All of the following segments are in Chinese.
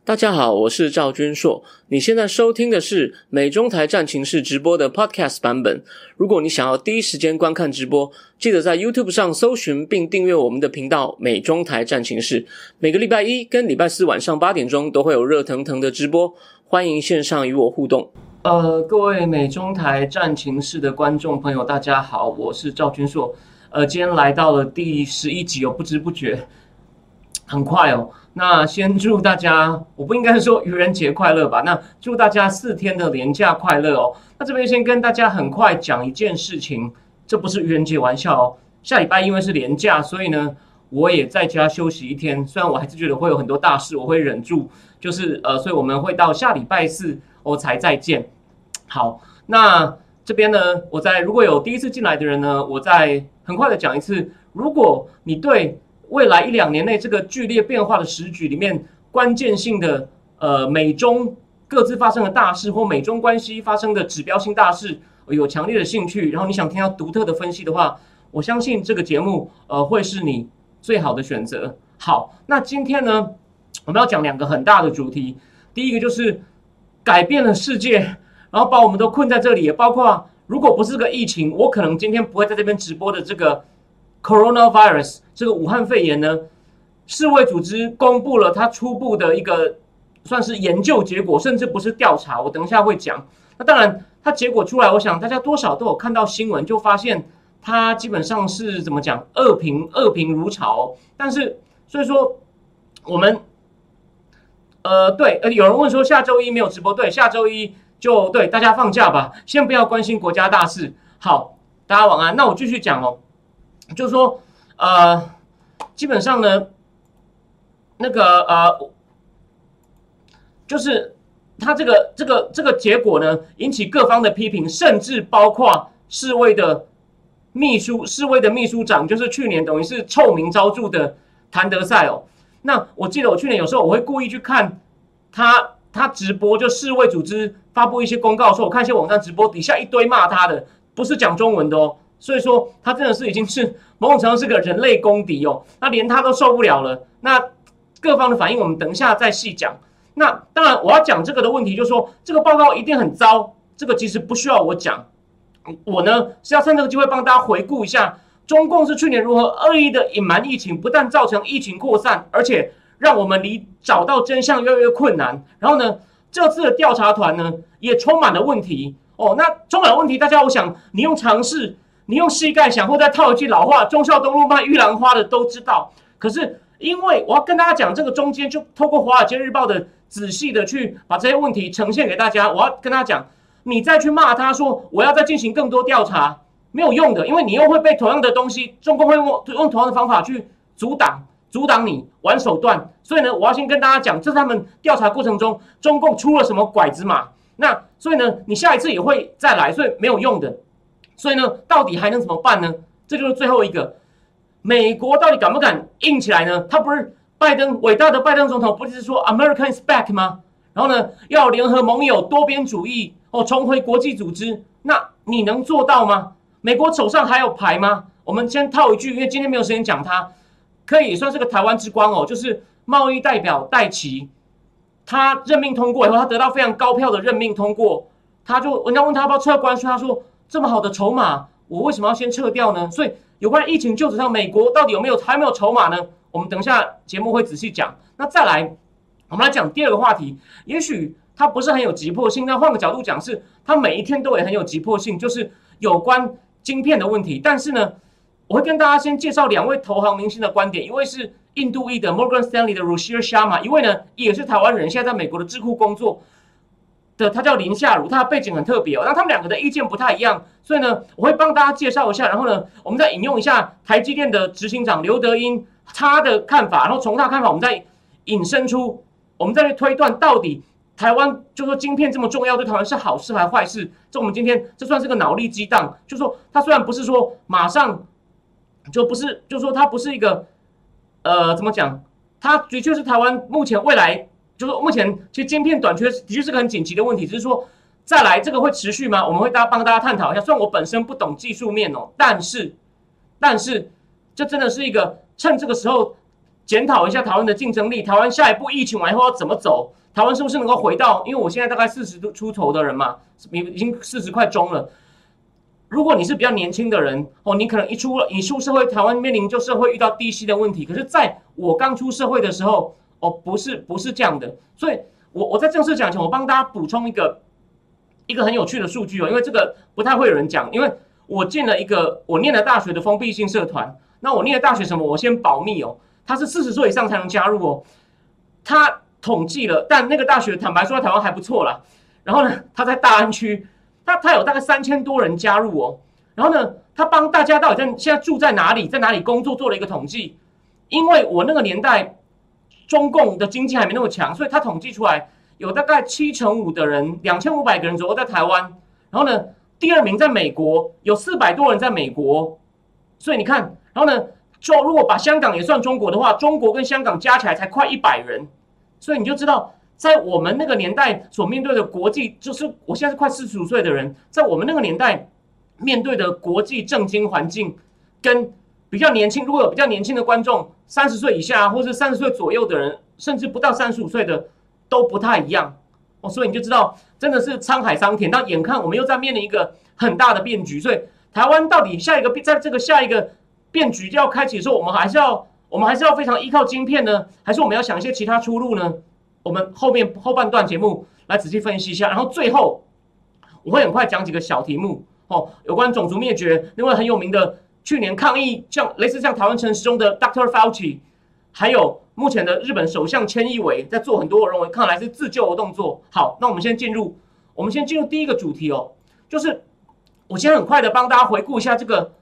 大家好，我是赵君硕。你现在收听的是美中台战情室直播的 Podcast 版本。如果你想要第一时间观看直播，记得在 YouTube 上搜寻并订阅我们的频道美中台战情室。每个礼拜一跟礼拜四晚上8点钟都会有热腾腾的直播，欢迎线上与我互动。各位美中台战情室的观众朋友，大家好，我是赵君硕。今天来到了第11集哦，不知不觉很快哦。那先祝大家，我不应该说愚人节快乐吧？那祝大家4天的连假快乐哦。那这边先跟大家很快讲一件事情，这不是愚人节玩笑哦。下礼拜因为是连假，所以呢，我也在家休息1天。虽然我还是觉得会有很多大事，我会忍住，就是所以我们会到下礼拜4才再见。好，那这边呢，如果有第一次进来的人呢，我再很快的讲一次，如果你对未来1-2年内这个剧烈变化的时局里面关键性的美中各自发生的大事或美中关系发生的指标性大事有强烈的兴趣，然后你想听到独特的分析的话，我相信这个节目会是你最好的选择。好，那今天呢我们要讲2个很大的主题，第一个就是改变了世界，然后把我们都困在这里，也包括如果不是个疫情，我可能今天不会在这边直播的这个coronavirus 这个武汉肺炎呢，世卫组织公布了它初步的一个算是研究结果，甚至不是调查，我等一下会讲。那当然它结果出来，我想大家多少都有看到新闻，就发现它基本上是怎么讲，恶评如潮。但是所以说我们有人问说下周一没有直播，对，下周一就对大家放假吧，先不要关心国家大事。好，大家晚安。那我继续讲哦。就是说，基本上呢，就是他这个结果呢，引起各方的批评，甚至包括世卫的秘书长，就是去年等于是臭名昭著的谭德赛哦。那我记得我去年有时候我会故意去看他直播，就世卫组织发布一些公告的时候，我看一些网站直播，底下一堆骂他的，不是讲中文的哦。所以说，他真的是已经是某种程度是个人类公敌哦。那连他都受不了了，那各方的反应我们等一下再细讲。那当然，我要讲这个的问题，就是说这个报告一定很糟，这个其实不需要我讲。我呢是要趁这个机会帮大家回顾一下，中共是去年如何恶意的隐瞒疫情，不但造成疫情扩散，而且让我们离找到真相越来越困难。然后呢，这次的调查团呢也充满了问题哦。那充满了问题，大家我想你用尝试。你用膝盖想，或再套一句老话，忠孝东路卖玉兰花的都知道。可是因为我要跟大家讲，这个中间就透过《华尔街日报》的仔细的去把这些问题呈现给大家。我要跟大家讲，你再去骂他说我要再进行更多调查，没有用的，因为你又会被同样的东西，中共会用同样的方法去阻挡你，玩手段。所以呢，我要先跟大家讲，这是他们调查过程中中共出了什么拐子马。那所以呢，你下一次也会再来，所以没有用的。所以呢，到底还能怎么办呢？这就是最后一个，美国到底敢不敢硬起来呢？他不是伟大的拜登总统，不是说 America is back 吗？然后呢，要联合盟友，多边主义重回国际组织，那你能做到吗？美国手上还有牌吗？我们先套一句，因为今天没有时间讲他，可以算是个台湾之光哦，就是贸易代表戴琪，他任命通过以后，他得到非常高票的任命通过，人家问他要不要撤关税，他说这么好的筹码，我为什么要先撤掉呢？所以有关疫情就职上，美国到底还没有筹码呢？我们等一下节目会仔细讲。那再来，我们来讲第2个话题，也许它不是很有急迫性，但换个角度讲，是它每一天都也很有急迫性，就是有关晶片的问题。但是呢，我会跟大家先介绍2位投行明星的观点，一位是印度裔的 Morgan Stanley 的 Ruchir Sharma， 一位呢也是台湾人，现在在美国的智库工作。他叫林夏如，他的背景很特别哦。那他们2个的意见不太一样，所以呢，我会帮大家介绍一下。然后呢，我们再引用一下台积电的执行长刘德音他的看法，然后从他的看法，我们再引申出，我们再去推断到底台湾就说晶片这么重要，对台湾是好事还是坏事？这我们今天这算是个脑力激荡，就说他虽然不是说马上就不是，就说他不是一个怎么讲？他的确是台湾目前未来。就是目前其实晶片短缺的确是个很紧急的问题，只是说再来这个会持续吗？我们会帮大家探讨一下。虽然我本身不懂技术面哦，但是这真的是一个趁这个时候检讨一下台湾的竞争力，台湾下一步疫情完以后要怎么走？台湾是不是能够回到？因为我现在大概40出头的人嘛，已经40快中了。如果你是比较年轻的人哦，你可能你出社会，台湾面临就社会遇到低息的问题。可是在我刚出社会的时候，哦，不是这样的。所以我在正式讲前，我帮大家补充一个很有趣的数据哦，因为这个不太会有人讲，因为我进了一个我念的大学的封闭性社团。那我念的大学什么？我先保密哦，他是40岁以上才能加入哦。他统计了，但那个大学坦白说在台湾还不错啦。然后呢，他在大安区。他有大概3000多人加入哦，然后呢，他帮大家到底现在住在哪里，在哪里工作做了一个统计。因为我那个年代中共的经济还没那么强，所以他统计出来有大概75%的人，2500个人左右在台湾。然后呢，第2名在美国，有400多人在美国。所以你看，然后呢，就如果把香港也算中国的话，中国跟香港加起来才快100人。所以你就知道。在我们那个年代所面对的国际，就是我现在是快45岁的人，在我们那个年代面对的国际政经环境，跟比较年轻，如果有比较年轻的观众，30岁以下或是30岁左右的人，甚至不到35岁的都不太一样哦，所以你就知道真的是沧海桑田。那眼看我们又在面临一个很大的变局，所以台湾到底在这个下一个变局就要开启的时候，我们还是要非常依靠晶片呢，还是我们要想一些其他出路呢？我们后半段节目来仔细分析一下，然后最后我会很快讲几个小题目哦，有关种族灭绝，那位很有名的去年抗议类似像台湾陈时中的 Dr. Fauci， 还有目前的日本首相菅义伟在做很多我认为看来是自救的动作。好，那我们先进入第一个主题哦，就是我先很快的帮大家回顾一下这个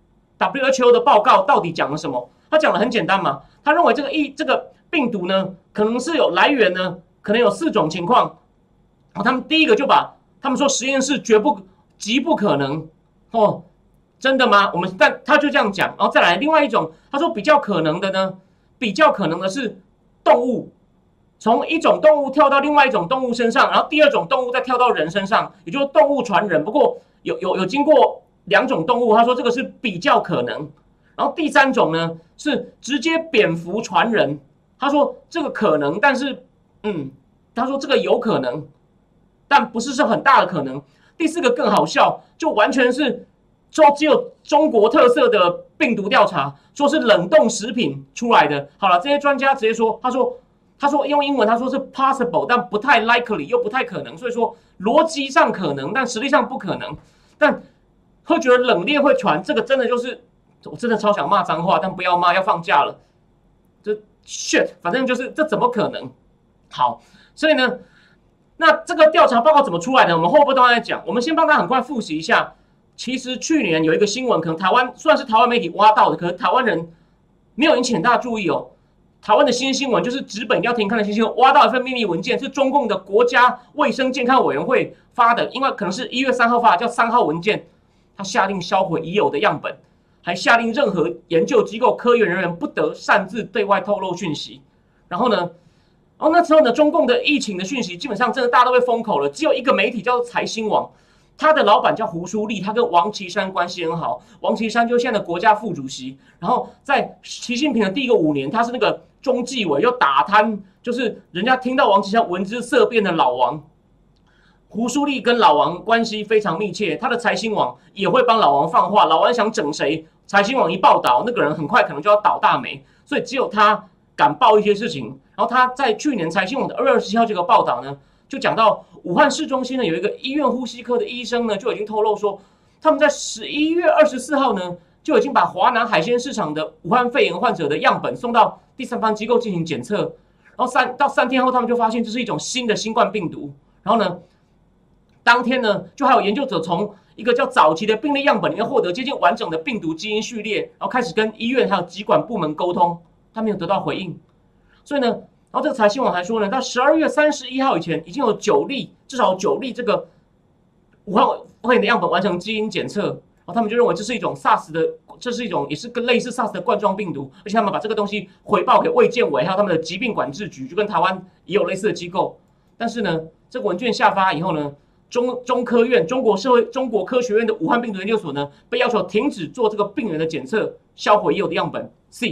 WHO 的报告到底讲了什么。他讲的很简单嘛，他认为这个病毒呢，可能是有来源呢，可能有4种情况。他们第一个就把他们说实验室极不可能哦，真的吗？但他就这样讲，然后再来另外一种，他说比较可能的是动物，从一种动物跳到另外一种动物身上，然后第2种动物再跳到人身上，也就是动物传人。不过有经过2种动物，他说这个是比较可能。然后第3种呢是直接蝙蝠传人。他说这个可能，但是他说这个有可能，但不是很大的可能。第4个更好笑，就完全是只有中国特色的病毒调查，说是冷冻食品出来的。好了，这些专家直接说，他说用英文他说是 possible， 但不太 likely， 又不太可能，所以说逻辑上可能，但实际上不可能。但会觉得冷链会传，这个真的就是我真的超想骂脏话，但不要骂，要放假了。shit， 反正就是这怎么可能？好，所以呢，那这个调查报告怎么出来的？我们后半段再讲。我们先帮大家很快复习一下。其实去年有一个新闻，可能台湾虽然是台湾媒体挖到的，可是台湾人没有引起很大注意哦。台湾的新闻就是纸本要停刊的新闻，挖到一份秘密文件，是中共的国家卫生健康委员会发的，因为可能是1月3号发的，叫3号文件。他下令销毁已有的样本。还下令任何研究机构科研人员不得擅自对外透露讯息。然后那时候呢，中共的疫情的讯息基本上真的大家都被封口了，只有一个媒体叫做财新网，他的老板叫胡舒立，他跟王岐山关系很好。王岐山就是现在的国家副主席，然后在习近平的第一个5年，他是那个中纪委又打贪，就是人家听到王岐山闻之色变的老王。胡舒立跟老王关系非常密切，他的财新网也会帮老王放话，老王想整谁，财新网一报道，那个人很快可能就要倒大霉，所以只有他敢报一些事情。然后他在去年财新网的2月27号这个报道呢，就讲到武汉市中心呢有一个医院呼吸科的医生呢就已经透露说，他们在11月24号呢就已经把华南海鲜市场的武汉肺炎患者的样本送到第3方机构进行检测，然后到3天后他们就发现这是一种新的新冠病毒。然后呢，当天呢，就还有研究者从一个叫早期的病例样本里面获得接近完整的病毒基因序列，然后开始跟医院还有疾管部门沟通，他没有得到回应。所以呢，然后这个财新网还说呢，到12月31号以前，已经有至少9例这个武汉肺炎的样本完成基因检测，然后他们就认为这是一种 SARS 的，这是一种也是跟类似 SARS 的冠状病毒，而且他们把这个东西回报给卫健委还有他们的疾病管制局，就跟台湾也有类似的机构。但是呢，这个文件下发以后呢，中科院中国科学院的武汉病毒研究所呢，被要求停止做这个病原的检测，销毁已有的样本。C，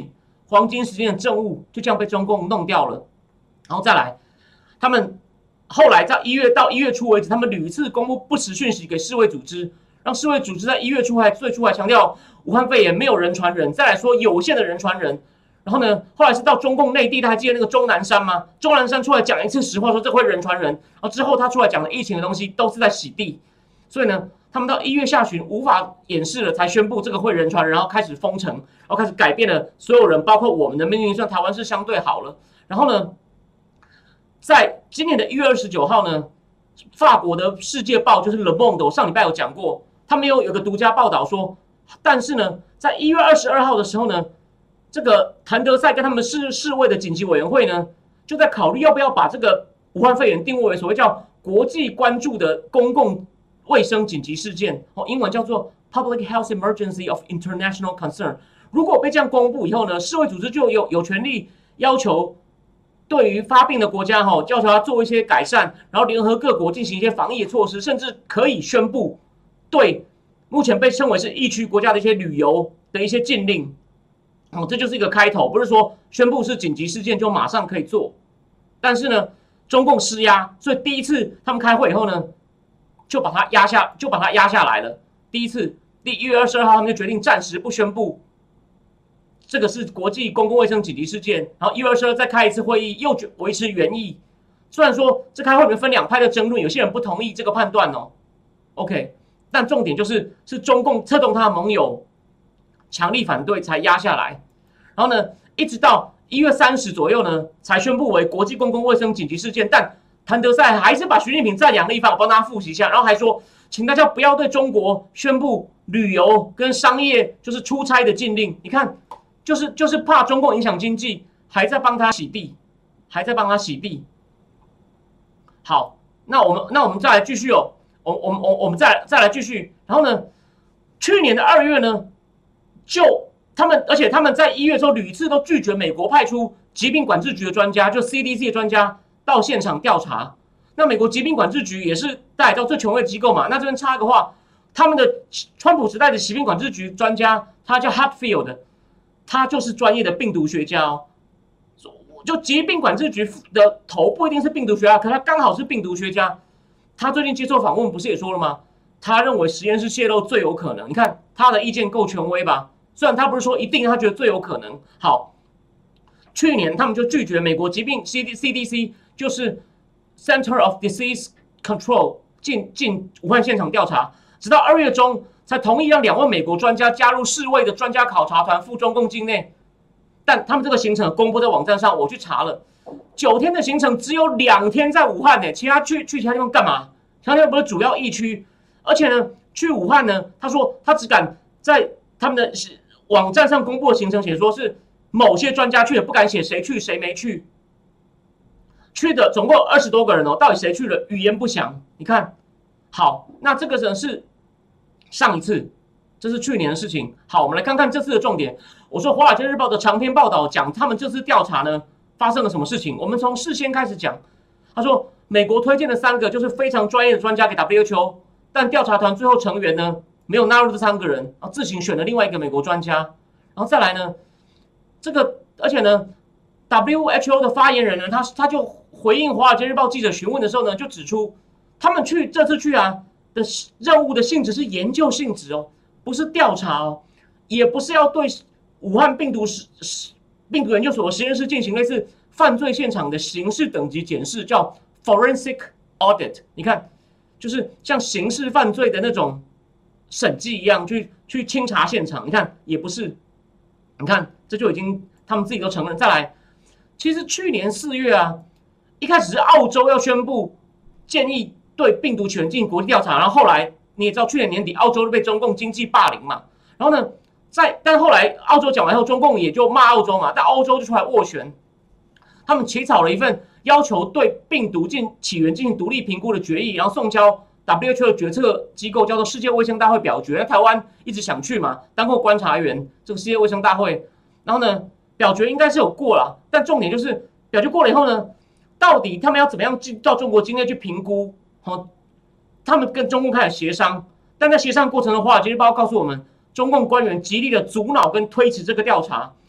黄金时间的政务就这样被中共弄掉了。然后再来，他们后来在1月初为止，他们屡次公布不实讯息给世卫组织，让世卫组织在1月初最初还强调武汉肺炎没有人传人，再来说有限的人传人。然后呢，后来是到中共内地，大家还记得那个钟南山吗？钟南山出来讲一次实话，说这会人传人，然后之后他出来讲的疫情的东西都是在洗地。所以呢，他们到1月下旬无法掩饰了，才宣布这个会人传人，然后开始封城，然后开始改变了所有人，包括我们的命运。算台湾是相对好了。然后呢，在今年的1月29号呢，法国的《世界报》就是 Le Monde， 我上礼拜有讲过，他们有个独家报道说，但是呢，在1月22号的时候呢，这个谭德赛跟他们世卫的紧急委员会呢，就在考虑要不要把这个武汉肺炎定位为所谓叫国际关注的公共卫生紧急事件，英文叫做 Public Health Emergency of International Concern。如果被这样公布以后呢，世卫组织就有权利要求对于发病的国家要求他做一些改善，然后联合各国进行一些防疫的措施，甚至可以宣布对目前被称为是疫区国家的一些旅游的一些禁令。这就是一个开头，不是说宣布是紧急事件就马上可以做。但是呢，中共施压，所以第一次他们开会以后呢，就把它压下来了。第1月22号他们就决定暂时不宣布这个是国际公共卫生紧急事件，然后1月22再开一次会议，又维持原意。虽然说这开会里面分两派的争论，有些人不同意这个判断OK， 但重点就是中共策动他的盟友强力反对才压下来。然后呢，一直到1月30左右呢，才宣布为国际公共卫生紧急事件。但谭德赛还是把习近平赞扬了一番，我帮大家复习一下，然后还说，请大家不要对中国宣布旅游跟商业就是出差的禁令。你看，就是怕中共影响经济，还在帮他洗地，好，那我们再来继续我们再来继续。然后呢，去年的2月呢，而且他们在1月的时候屡次都拒绝美国派出疾病管制局的专家，就 CDC 的专家到现场调查。那美国疾病管制局也是大家知道最权威的机构嘛。那这边插一个话，他们的川普时代的疾病管制局专家，他叫 Hatfield， 他就是专业的病毒学家就疾病管制局的头不一定是病毒学家，可他刚好是病毒学家。他最近接受访问不是也说了吗？他认为实验室泄露最有可能。你看他的意见够权威吧？虽然他不是说一定，他觉得最有可能。好，去年他们就拒绝美国疾病 CDC， 就是 Center of Disease Control 进武汉现场调查，直到2月中才同意让2位美国专家加入世卫的专家考察团赴中共境内。但他们这个行程公布在网站上，我去查了，9天的行程只有2天在武汉其他去其他地方干嘛？其他地方不是主要疫区，而且呢，去武汉呢，他说他只敢在他们的网站上公布的行程写说是某些专家去的，不敢写谁去谁没去。去的总共有20多个人到底谁去了语言不详。你看，好，那这个人是上一次，这是去年的事情。好，我们来看看这次的重点。我说《华尔街日报》的长篇报道讲他们这次调查呢发生了什么事情。我们从事先开始讲。他说，美国推荐的3个就是非常专业的专家给 WHO， 但调查团最后成员呢没有纳入这3个人，然后自行选了另外一个美国专家。然后再来呢，而且呢 ，WHO 的发言人呢，他就回应《华尔街日报》记者询问的时候呢，就指出，他们这次去的任务的性质是研究性质不是调查也不是要对武汉病毒研究所的实验室进行类似犯罪现场的刑事等级检视，叫 forensic audit。你看，就是像刑事犯罪的那种审计一样，去清查现场。你看，也不是。你看，这就已经他们自己都承认。再来，其实去年4月一开始是澳洲要宣布建议对病毒起源进行国际调查，然后后来你也知道，去年年底澳洲就被中共经济霸凌嘛。然后呢，但后来澳洲讲完后，中共也就骂澳洲嘛，但澳洲就出来斡旋，他们起草了一份要求对病毒起源进行独立评估的决议，然后送交 WHO 的决策机构，叫做世界卫生大会表决。台湾一直想去嘛，当过观察员，这个世界卫生大会。然后呢，表决应该是有过了，但重点就是表决过了以后呢，到底他们要怎么样到中国境内去评估？他们跟中共开始协商，但在协商过程中，《华尔街日报》告诉我们，中共官员极力的阻挠跟推迟这个调查。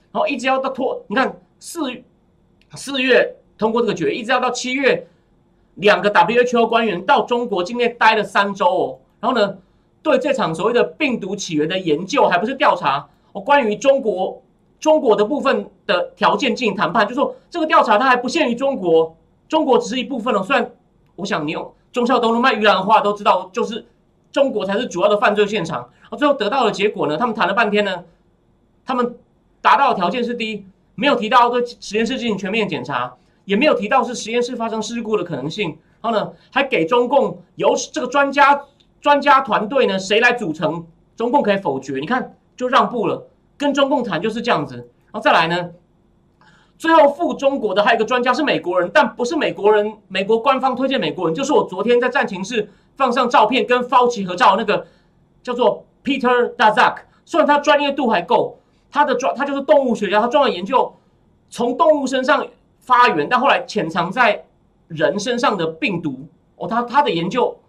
然后一直要到你看四月通过这个决议，一直要到7月，2个 WHO 官员到中国境内待了3周哦。然后呢，对这场所谓的病毒起源的研究，还不是调查哦，关于中国的部分的条件进行谈判，就说这个调查它还不限于中国，中国只是一部分哦。虽然我想你用忠孝东路卖鱼腩的话都知道，就是中国才是主要的犯罪现场。然后最后得到的结果呢，他们谈了半天呢，他们达到的条件是第一，没有提到对实验室进行全面检查，也没有提到是实验室发生事故的可能性。然后呢，还给中共由这个专家团队呢，谁来组成，中共可以否决。你看就让步了，跟中共谈就是这样子。然后再来呢，最后赴中国的还有一个专家是美国人，但不是美国人，美国官方推荐美国人，就是我昨天在战情室放上照片跟 Fauci 合照那个叫做 Peter Daszak。虽然他专业度还够，他就是动物学家，他专门研究从动物身上发源，但后来潜藏在人身上的病毒哦。他的研究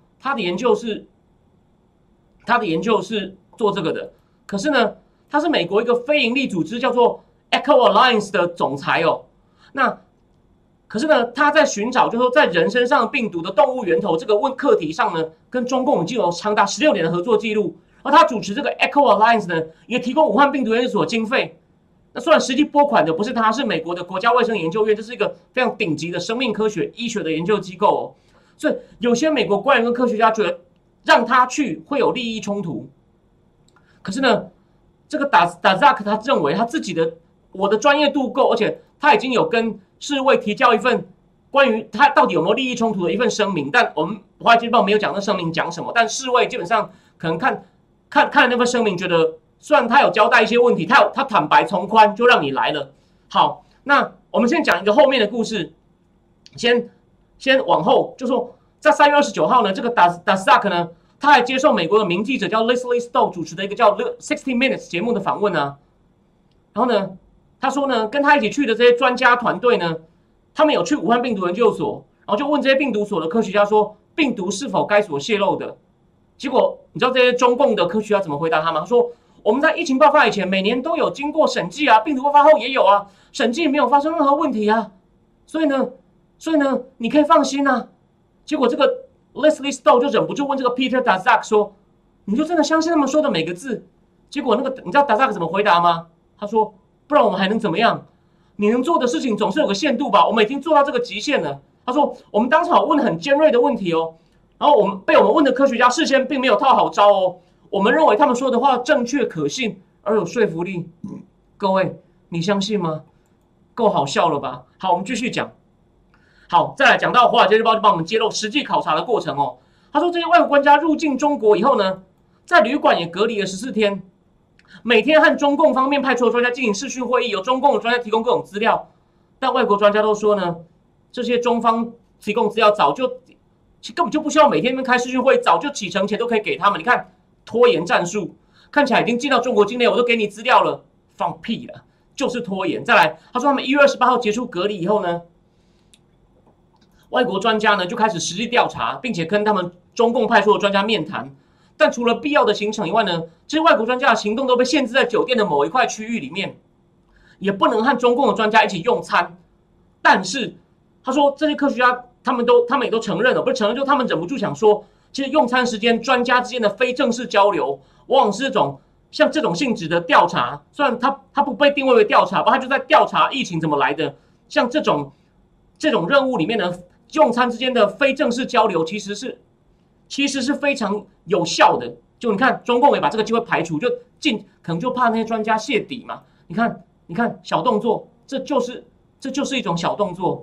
是做这个的，可是呢，他是美国一个非营利组织叫做 Eco Alliance 的总裁哦。那可是呢，他在寻找就是说在人身上病毒的动物源头这个课题上呢，跟中共已经有长达16年的合作记录。而他主持这个 Eco Alliance 呢，也提供武汉病毒研究所经费。那虽然实际拨款的不是他，是美国的国家卫生研究院，这是一个非常顶级的生命科学医学的研究机构哦。所以有些美国官员跟科学家觉得让他去会有利益冲突。可是呢，这个Daszak他认为他自己的我的专业度够，而且他已经有跟世卫提交一份关于他到底有没有利益冲突的一份声明。但我们华尔街日报没有讲那声明讲什么，但世卫基本上可能看了那份声明，觉得虽然他有交代一些问题，他坦白从宽，就让你来了。好，那我们先讲一个后面的故事，先往后，就说在3月29号呢，这个Daszak呢，他还接受美国的名记者叫 Leslie Stowe 主持的一个叫60 Minutes 节目的访问啊。然后呢，他说呢，跟他一起去的这些专家团队呢，他们有去武汉病毒研究所，然后就问这些病毒所的科学家说，病毒是否该所泄露的？结果你知道这些中共的科学家怎么回答他吗？他说，我们在疫情爆发以前，每年都有经过审计啊，病毒爆发后也有啊，审计没有发生任何问题啊，所以呢，你可以放心啊。结果这个 Leslie Stowe 就忍不住问这个 Peter Daszak 说，你就真的相信他们说的每个字？结果你知道 Daszak 怎么回答吗？他说，不然我们还能怎么样？你能做的事情总是有个限度吧，我们已经做到这个极限了。他说，我们当场问很尖锐的问题哦，然后我们问的科学家事先并没有套好招哦，我们认为他们说的话正确可信而有说服力。各位，你相信吗？够好笑了吧？好，我们继续讲。好，再来讲到华尔街日报就帮我们揭露实际考察的过程哦。他说这些外国专家入境中国以后呢，在旅馆也隔离了14天，每天和中共方面派出的专家进行视讯会议，由中共的专家提供各种资料。但外国专家都说呢，这些中方提供资料早就根本就不需要每天开视讯会，早就启程前都可以给他们。你看拖延战术，看起来已经进到中国境内，我都给你资料了，放屁了，就是拖延。再来，他说他们1月28号结束隔离以后呢，外国专家呢就开始实际调查，并且跟他们中共派出的专家面谈。但除了必要的行程以外呢，这些外国专家的行动都被限制在酒店的某一块区域里面，也不能和中共的专家一起用餐。但是他说这些科学家他们也都承认了，不是承认，就他们忍不住想说，其实用餐时间专家之间的非正式交流，往往是像这种性质的调查。虽然他不被定位为调查吧，他就在调查疫情怎么来的。像这种任务里面呢，用餐之间的非正式交流其实是非常有效的。就你看，中共也把这个机会排除，可能就怕那些专家泄底嘛。你看小动作，这就是一种小动作。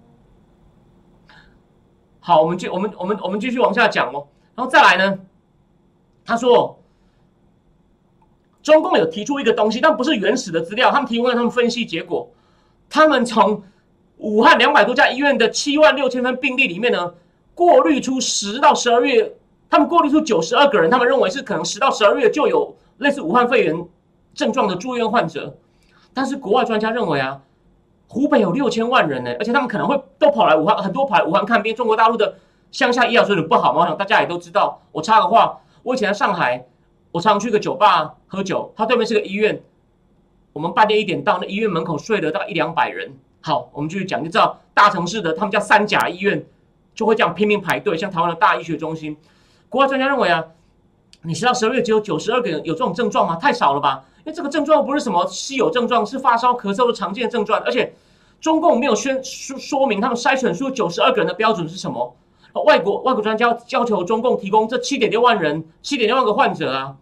好，我们继续往下讲哦。然后再来呢，他说中共有提出一个东西，但不是原始的资料，他们提供了他们分析结果。他们从武汉200多家医院的76000份病例里面呢，过滤出10到12月，他们过滤出92个人，他们认为是可能10到12月就有类似武汉肺炎症状的住院患者。但是国外专家认为啊，湖北有6000万人呢，而且他们可能会都跑来武汉，很多跑来武汉看病。中国大陆的乡下医疗水准不好吗？我想大家也都知道。我插个话，我以前在上海，我常去个酒吧喝酒，它对面是个医院， 我们半夜1点到那医院门口睡了大概100-200人。好，我们继续讲，就知道大城市的他们叫3甲医院就会这样拼命排队，像台湾的大医学中心。国外专家认为啊，你知道12月只有92个人有这种症状吗？太少了吧？因为这个症状不是什么稀有症状，是发烧、咳嗽的常见的症状，而且中共没有说明他们筛选出92个人的标准是什么。外国专家要求中共提供这7.6万人、7.6万个患者啊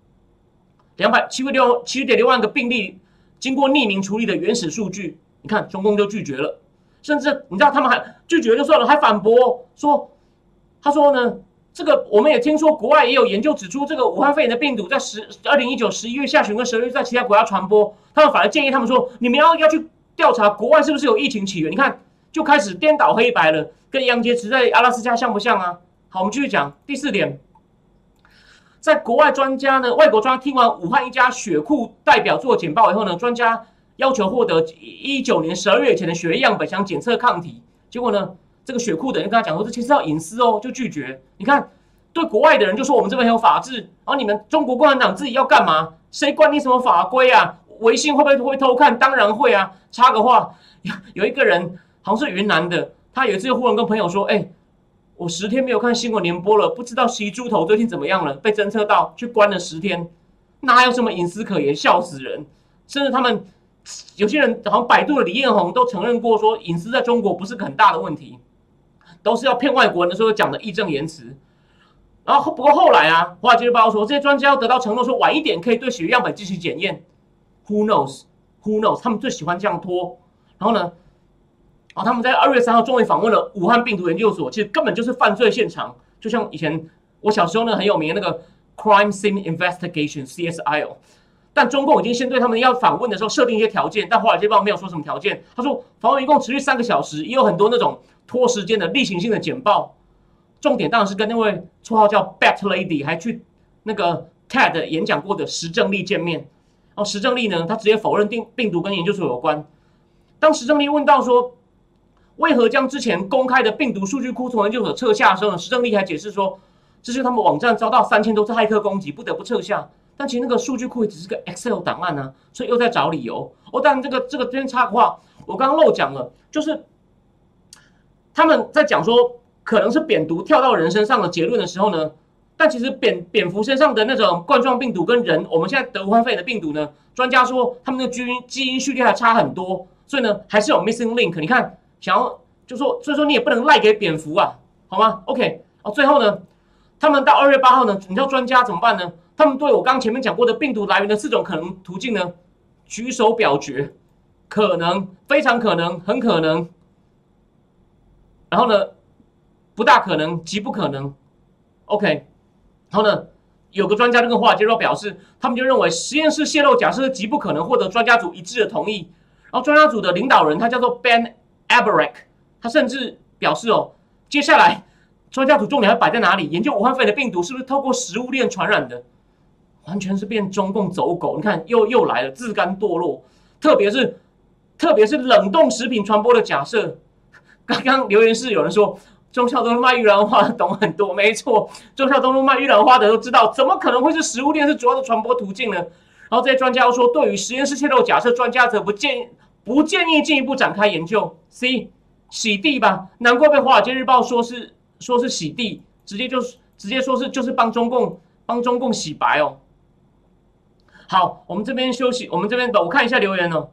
，7.6万个病例经过匿名处理的原始数据，你看中共就拒绝了，甚至你知道他们还拒绝就算了，还反驳说，他说呢，这个我们也听说国外也有研究指出，这个武汉肺炎的病毒在2019 11月下旬跟12月在其他国家传播，他们反而建议他们说，你们要去调查国外是不是有疫情起源，你看就开始颠倒黑白了。跟杨洁篪在阿拉斯加像不像啊？好，我们继续讲第4点，在国外专家呢，外国专家听完武汉一家血库代表做简报以后呢，专家要求获得19年12月以前的血液样本，想检测抗体。结果呢，这个血库的人跟他讲说，这其实要隐私哦，就拒绝。你看，对国外的人就说我们这边很有法治，然后你们中国共产党自己要干嘛？谁管你什么法规啊？微信会不会偷看？当然会啊。插个话，有一个人好像是云南的。他有一次忽然跟朋友说：“我10天没有看新闻联播了，不知道习猪头最近怎么样了？被侦测到，去关了10天，哪有什么隐私可言？笑死人！甚至他们有些人，好像百度的李彦宏都承认过，说隐私在中国不是个很大的问题，都是要骗外国人的时候讲的义正言辞。然后不过后来啊，华尔街日报说，这些专家要得到承诺，说晚一点可以对血液样本进行检验。Who knows? Who knows? 他们最喜欢这样拖。然后呢？”他们在2月3号终于访问了武汉病毒研究所，其实根本就是犯罪现场，就像以前我小时候呢很有名的那个 Crime Scene Investigation CSIO， 但中共已经先对他们要访问的时候设定一些条件，但华尔街日报没有说什么条件。他说访问一共持续3个小时，也有很多那种拖时间的例行性的简报。重点当然是跟那位绰号叫 Bat Lady 还去那个 TED 演讲过的石正丽见面。然后石正丽呢，他直接否认病毒跟研究所有关。当石正丽问到说，为何将之前公开的病毒数据库从研究所撤下的时候呢？石正丽还解释说，这是他们网站遭到3000多次骇客攻击，不得不撤下。但其实那个数据库也只是个 Excel 档案啊，所以又在找理由。但这个这边插个话，我刚刚漏讲了，就是他们在讲说可能是蝙蝠跳到人身上的结论的时候呢，但其实蝙蝠身上的那种冠状病毒跟人我们现在得武汉肺炎的病毒呢，专家说他们的基因序列还差很多，所以呢还是有 missing link。你看。想要就说，所以说你也不能赖给蝙蝠啊，好吗 ？OK， 最后呢，他们到2月8号呢，你知道专家怎么办呢？他们对我刚前面讲过的病毒来源的4种可能途径呢，举手表决，可能、非常可能、很可能，然后呢，不大可能、极不可能 ，OK， 然后呢，有个专家就跟华尔街日报表示，他们就认为实验室泄露假设是极不可能获得专家组一致的同意，然后专家组的领导人他叫做 Ben Abarak， 他甚至表示接下来专家组重点要摆在哪里？研究武汉肺炎的病毒是不是透过食物链传染的？完全是变中共走狗。你看又来了，自甘堕落。特别是冷冻食品传播的假设。刚刚留言室有人说，忠孝东路卖玉兰花的懂很多，没错，忠孝东路卖玉兰花的都知道，怎么可能会是食物链是主要的传播途径呢？然后这些专家又说，对于实验室泄露假设，专家则不建议进一步展开研究。C 洗地吧，难怪被华尔街日报说是洗地，直接说是就是帮中共洗白哦。好，我们这边休息，我看一下留言哦。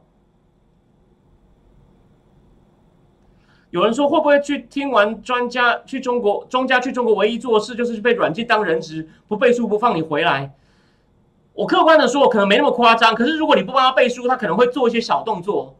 有人说会不会去听完专家去中国唯一做的事就是被软禁当人质，不背书不放你回来。我客观的说，我可能没那么夸张，可是如果你不帮他背书，他可能会做一些小动作。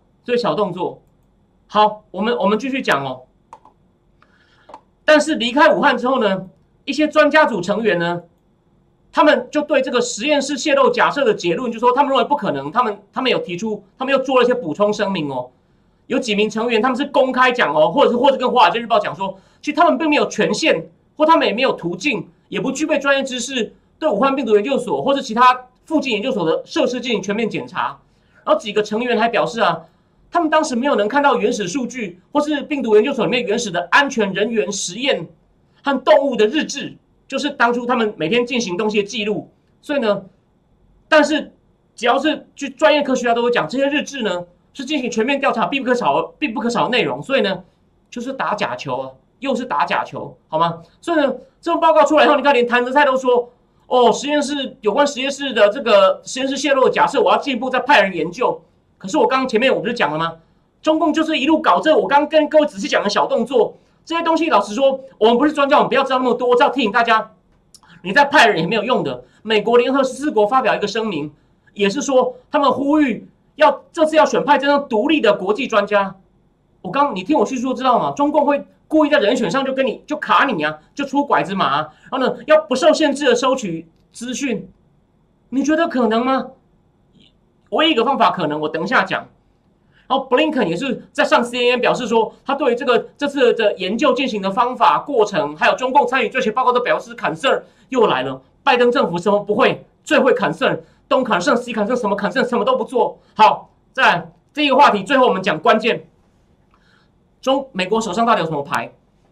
好，我们继续讲哦。但是离开武汉之后呢，一些专家组成员呢，他们就对这个实验室泄露假设的结论，就说他们认为不可能。他们有提出，他们又做了一些补充声明哦。有几名成员他们是公开讲哦，或者跟华尔街日报讲说，其实他们并没有权限，或他们也没有途径，也不具备专业知识，对武汉病毒研究所或是其他附近研究所的设施进行全面检查。然后几个成员还表示啊，他们当时没有能看到原始数据，或是病毒研究所里面原始的安全人员实验和动物的日志，就是当初他们每天进行东西的记录。所以呢，但是只要是去专业科学家都会讲，这些日志呢是进行全面调查必不可少的内容，所以呢就是打假球啊，又是打假球，好吗？所以呢这份报告出来以后，你看连谭德赛都说，哦，实验室有关实验室的这个实验室泄露的假设，我要进一步再派人研究。可是我刚刚前面我不是讲了吗？中共就是一路搞这我刚刚跟各位仔细讲的小动作，这些东西老实说，我们不是专家，我们不要知道那么多，我只要提醒大家，你再派人也没有用的。美国联合14国发表一个声明，也是说他们呼吁这次要选派真正独立的国际专家。你听我叙述知道吗？中共会故意在人选上就卡你啊，就出拐子马啊，然后呢要不受限制的收取资讯，你觉得可能吗？唯一一个方法可能，我等一下讲。然后布林肯也是在上 CNN 表示说，他对于这次的研究进行的方法、过程，还有中共参与这些报告都表示 concern。又来了，拜登政府什么不会，最会 concern， 东 concern 西 concern， 什么 concern 什么都不做。好，再来这个话题，最后我们讲关键。美国手上到底有什么牌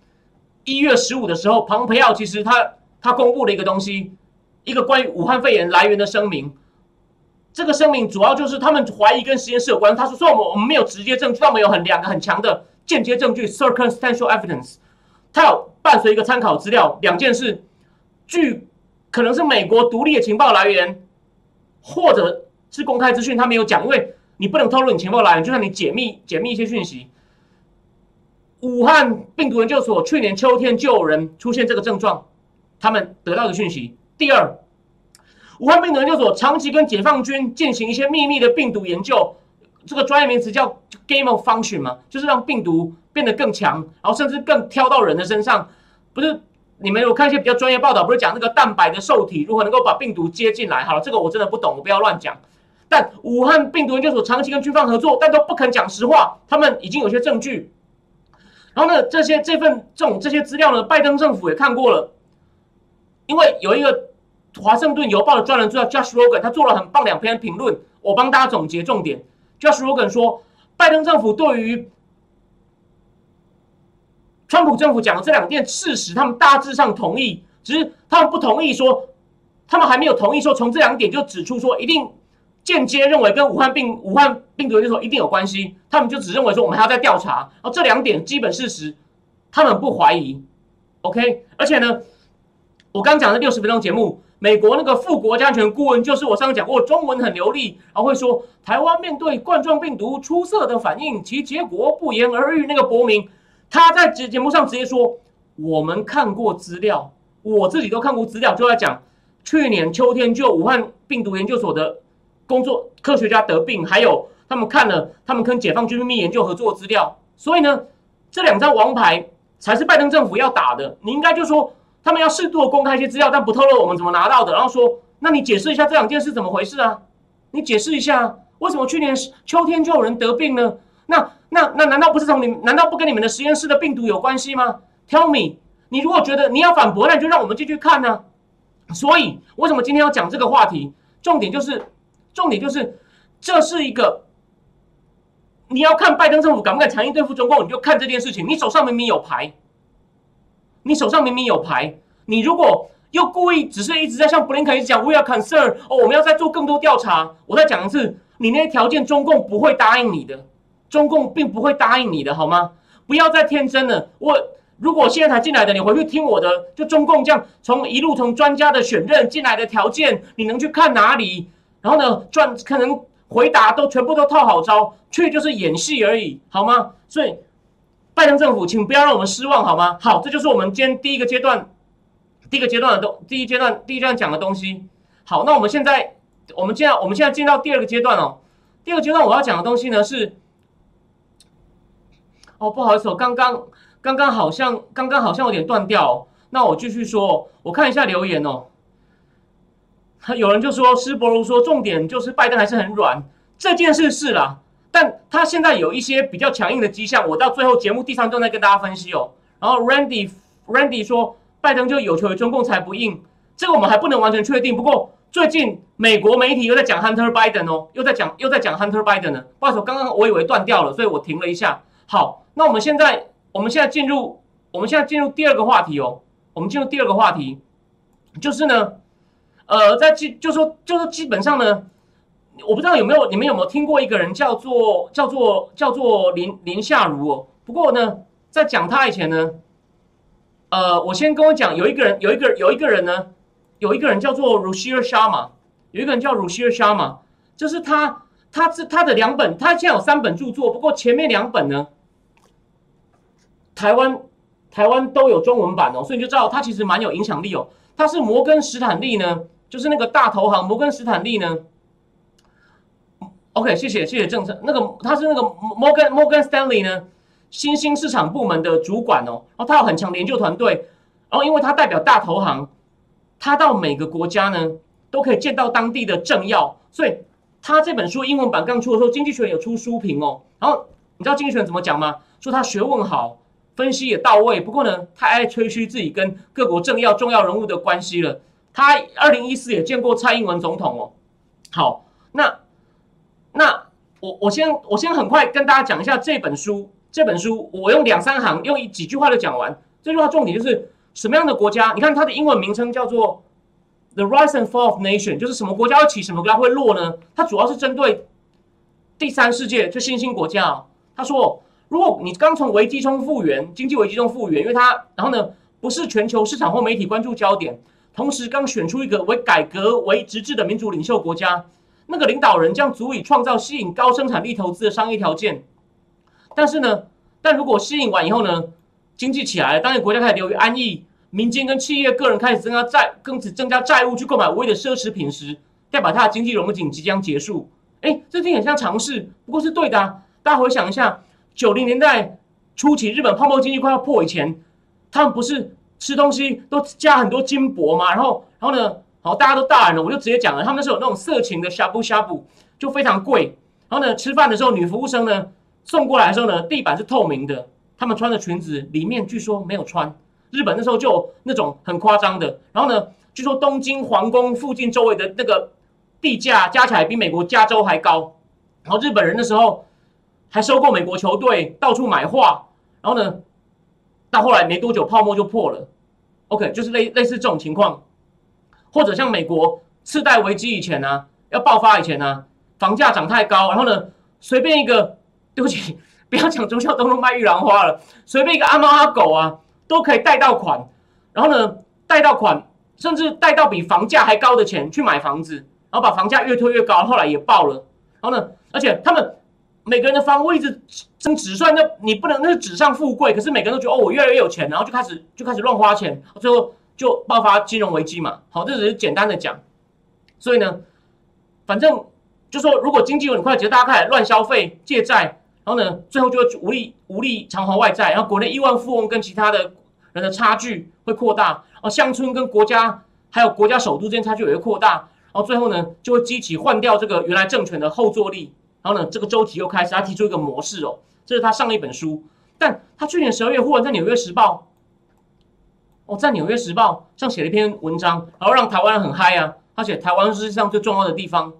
？1月15的时候，庞培奥其实他公布了一个东西，一个关于武汉肺炎来源的声明。这个声明主要就是他们怀疑跟实验室有关。他说我们没有直接证据，但我们有两个很强的间接证据 （circumstantial evidence）。它有伴随一个参考资料，两件事，可能是美国独立的情报来源，或者是公开资讯，他没有讲，因为你不能透露你情报来源，就算你解密一些讯息。武汉病毒研究所去年秋天就有人出现这个症状，他们得到的讯息。第二，武汉病毒研究所长期跟解放军进行一些秘密的病毒研究，这个专业名词叫 gain of function 嘛，就是让病毒变得更强，然后甚至更挑到人的身上。不是你们有看一些比较专业报道，不是讲那个蛋白的受体如何能够把病毒接进来？好了，这个我真的不懂，我不要乱讲。但武汉病毒研究所长期跟军方合作，但都不肯讲实话，他们已经有些证据。然后呢，这些资料呢，拜登政府也看过了，因为有一个华盛顿邮报的专栏作家 Josh Rogin， 他做了很棒2篇评论，我帮大家总结重点。Josh Rogin 说，拜登政府对于川普政府讲的这2件事实，他们大致上同意，只是他们不同意说，他们还没有同意说从这2点就指出说一定间接认为跟武汉病毒研究所一定有关系，他们就只认为说我们还要再调查，然后这2点基本事实，他们不怀疑 ，OK？ 而且呢，我刚讲的60分钟节目，美国那个副国家安全顾问就是我上次讲过，中文很流利，然后会说台湾面对冠状病毒出色的反应，其结果不言而喻。那个伯明，他在节目上直接说，我们看过资料，我自己都看过资料，就在讲去年秋天就武汉病毒研究所的工作科学家得病，还有他们看了他们跟解放军秘密研究合作的资料，所以呢，这2张王牌才是拜登政府要打的。你应该就说他们要适度的公开一些资料，但不透露我们怎么拿到的，然后说，那你解释一下这2件事怎么回事啊？你解释一下，为什么去年秋天就有人得病呢？那难道不是难道不跟你们的实验室的病毒有关系吗 ？Tell me， 你如果觉得你要反驳，那你就让我们进去看呢。所以为什么今天要讲这个话题？重点就是，这是一个你要看拜登政府敢不敢强硬对付中共，你就看这件事情。你手上明明有牌，你如果又故意只是一直在像布林肯一直讲 we are concerned， 我们要再做更多调查。我再讲一次，你那些条件中共不会答应你的，中共并不会答应你的，好吗？不要再天真了。如果现在才进来的，你回去听我的，就中共这样一路从专家的选任进来的条件，你能去看哪里？然后呢，可能回答全部都套好招，却就是演戏而已，好吗？所以拜登政府，请不要让我们失望，好吗？好，这就是我们今天第一阶段讲的东西。好，那我们现在进到第2个阶段哦。第2个阶段我要讲的东西呢是，不好意思，刚刚好像有点断掉哦。那我继续说，我看一下留言哦。有人就说施伯如说重点就是拜登还是很软，这件事是啦，但他现在有一些比较强硬的迹象，我到最后节目第3段再跟大家分析哦。然后 Randy 说拜登就有求于中共才不应，这个我们还不能完全确定。不过最近美国媒体又在讲 Hunter Biden 哦，又在讲 Hunter Biden 呢。不好意思，刚刚我以为断掉了，所以我停了一下。好，那我们现在进入第2个话题哦。我们进入第2个话题，就是呢。就是基本上呢， 我不知道你们有没有听过一个人叫做林夏如哦。不过呢，在讲他以前呢，我先跟我讲，有一个人呢，有一个人叫做 Ruchir Sharma， 有一个人叫 Ruchir Sharma， 就是他的两本，他现在有3本著作，不过前面2本呢，台湾都有中文版哦，所以你就知道他其实蛮有影响力哦。他是摩根史坦利呢，就是那个大投行摩根史坦利呢。OK， 谢谢郑生，他是那个 Morgan Stanley 呢新兴市场部门的主管哦，然后他有很强的研究团队，然后因为他代表大投行，他到每个国家呢都可以见到当地的政要，所以他这本书英文版刚出的时候，经济学人有出书评哦。然后你知道经济学人怎么讲吗？说他学问好，分析也到位，不过呢，他爱吹嘘自己跟各国政要、重要人物的关系了。他2014也见过蔡英文总统哦。好，那我先很快跟大家讲一下这本书。这本书我用2-3行，用几句话就讲完。这句话重点就是什么样的国家？你看它的英文名称叫做 The Rise and Fall of Nation， 就是什么国家会起，什么国家会落呢？它主要是针对第3世界，就新兴国家哦。他说，如果你刚从危机中复原，经济危机中复原，因为它然后呢不是全球市场或媒体关注焦点，同时刚选出一个为改革为直至的民主领袖国家，那个领导人将足以创造吸引高生产力投资的商业条件。但如果吸引完以后呢，经济起来了，当然国家开始流于安逸，民间跟企业、个人开始增加债务去购买无谓的奢侈品时，代表它的经济荣景即将结束。这听很像常识，不过是对的啊。大家回想一下，90年代初期日本泡沫经济快要破以前，他们不是吃东西都加很多金箔吗？然后呢，好，大家都大人了，我就直接讲了，他们那时候有那种色情的呷哺呷哺，就非常贵。然后呢，吃饭的时候，女服务生呢送过来的时候呢，地板是透明的，他们穿的裙子里面据说没有穿。日本那时候就有那种很夸张的。然后呢，据说东京皇宫附近周围的那个地价加起来比美国加州还高。然后日本人那时候还收购美国球队，到处买画。然后呢，到后来没多久泡沫就破了。OK， 就是类似这种情况，或者像美国次贷危机以前啊，要爆发以前啊，房价涨太高，然后呢，随便一个，对不起，不要讲忠孝东路卖玉兰花了，随便一个阿猫阿狗啊，都可以贷到款，然后呢，贷到款，甚至贷到比房价还高的钱去买房子，然后把房价越推越高，后来也爆了。然后呢，而且他们每个人的房屋一直增值，虽然你不能那是纸上富贵，可是每个人都觉得我越来越有钱，然后就开始乱花钱，最后就爆发金融危机嘛。好，这只是简单的讲。所以呢，反正就说如果经济有点快捷，大家开始乱消费、借债，然后呢，最后就会无力偿还外债，然后国内亿万富翁跟其他的人的差距会扩大，然后乡村跟国家还有国家首都之间差距也会扩大，然后最后呢就会激起换掉这个原来政权的后坐力，然后呢这个周期又开始，他提出一个模式哦，这是他上了一本书，但他去年12月忽然在《纽约时报》在《纽约时报》上写了一篇文章，然后让台湾人很嗨啊，他写台湾是世界上最重要的地方。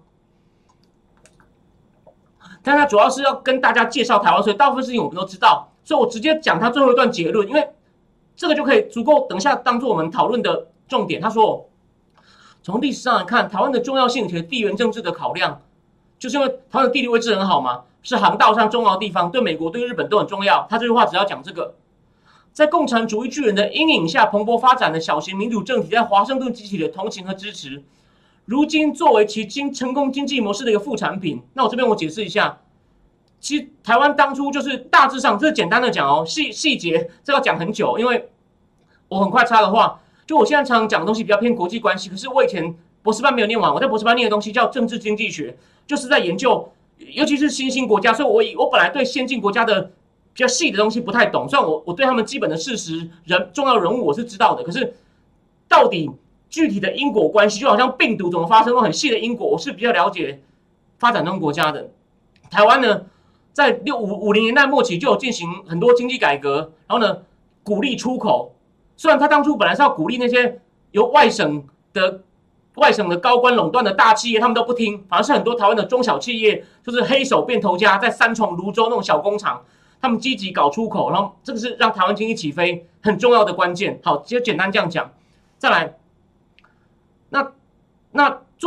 但他主要是要跟大家介绍台湾，所以大部分事情我们都知道，所以我直接讲他最后一段结论，因为这个就可以足够等一下当做我们讨论的重点。他说，从历史上来看，台湾的重要性及地缘政治的考量，就是因为台湾的地理位置很好嘛，是航道上重要的地方，对美国、对日本都很重要。他这句话只要讲这个，在共产主义巨人的阴影下蓬勃发展的小型民主政体，在华盛顿激起的同情和支持。如今作为其成功经济模式的一个副产品，那我这边我解释一下，其实台湾当初就是大致上，这是简单的讲哦，细节这要讲很久，因为我很快插的话，就我现在常常讲的东西比较偏国际关系，可是我以前博士班没有念完，我在博士班念的东西叫政治经济学，就是在研究，尤其是新兴国家，所以我本来对先进国家的比较细的东西不太懂，虽然我对他们基本的事实、重要人物我是知道的，可是到底具体的因果关系，就好像病毒怎么发生，很细的因果，我是比较了解发展中国家的。台湾呢，在50年代末期就有进行很多经济改革，然后呢，鼓励出口。虽然他当初本来是要鼓励那些由外省的高官垄断的大企业，他们都不听，反而是很多台湾的中小企业，就是黑手变头家，在三重、泸州那种小工厂，他们积极搞出口，然后这个是让台湾经济起飞很重要的关键。好，就简单这样讲。再来。那作为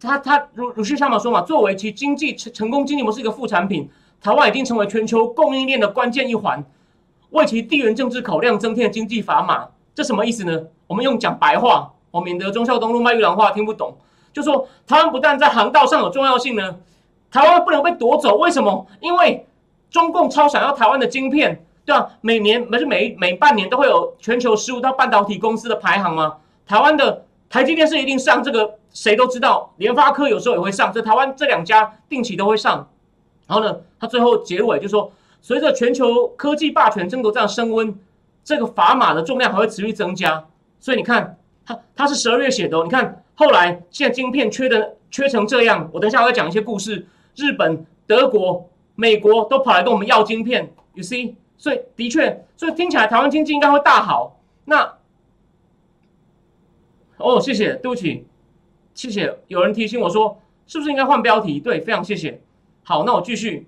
鲁迅上面说嘛，作为其经济成功经济模式一个副产品，台湾已经成为全球供应链的关键一环，为其地缘政治考量增添经济砝码。这什么意思呢？我们用讲白话，免得忠孝东路卖玉兰花听不懂。就说台湾不但在航道上有重要性呢，台湾不能被夺走。为什么？因为中共超想要台湾的晶片，对啊，每半年都会有全球15大半导体公司的排行吗？台湾的台积电是一定上，这个谁都知道，联发科有时候也会上，这台湾这2家定期都会上。然后呢，他最后结尾就说，随着全球科技霸权争夺战升温，这个砝码的重量还会持续增加。所以你看，他是12月写的哦，你看后来现在晶片缺成这样，我等一下我会讲一些故事，日本、德国、美国都跑来跟我们要晶片 ，you see， 所以的确，所以听起来台湾经济应该会大好。那谢谢，对不起，谢谢，有人提醒我说，是不是应该换标题？对，非常谢谢。好，那我继续。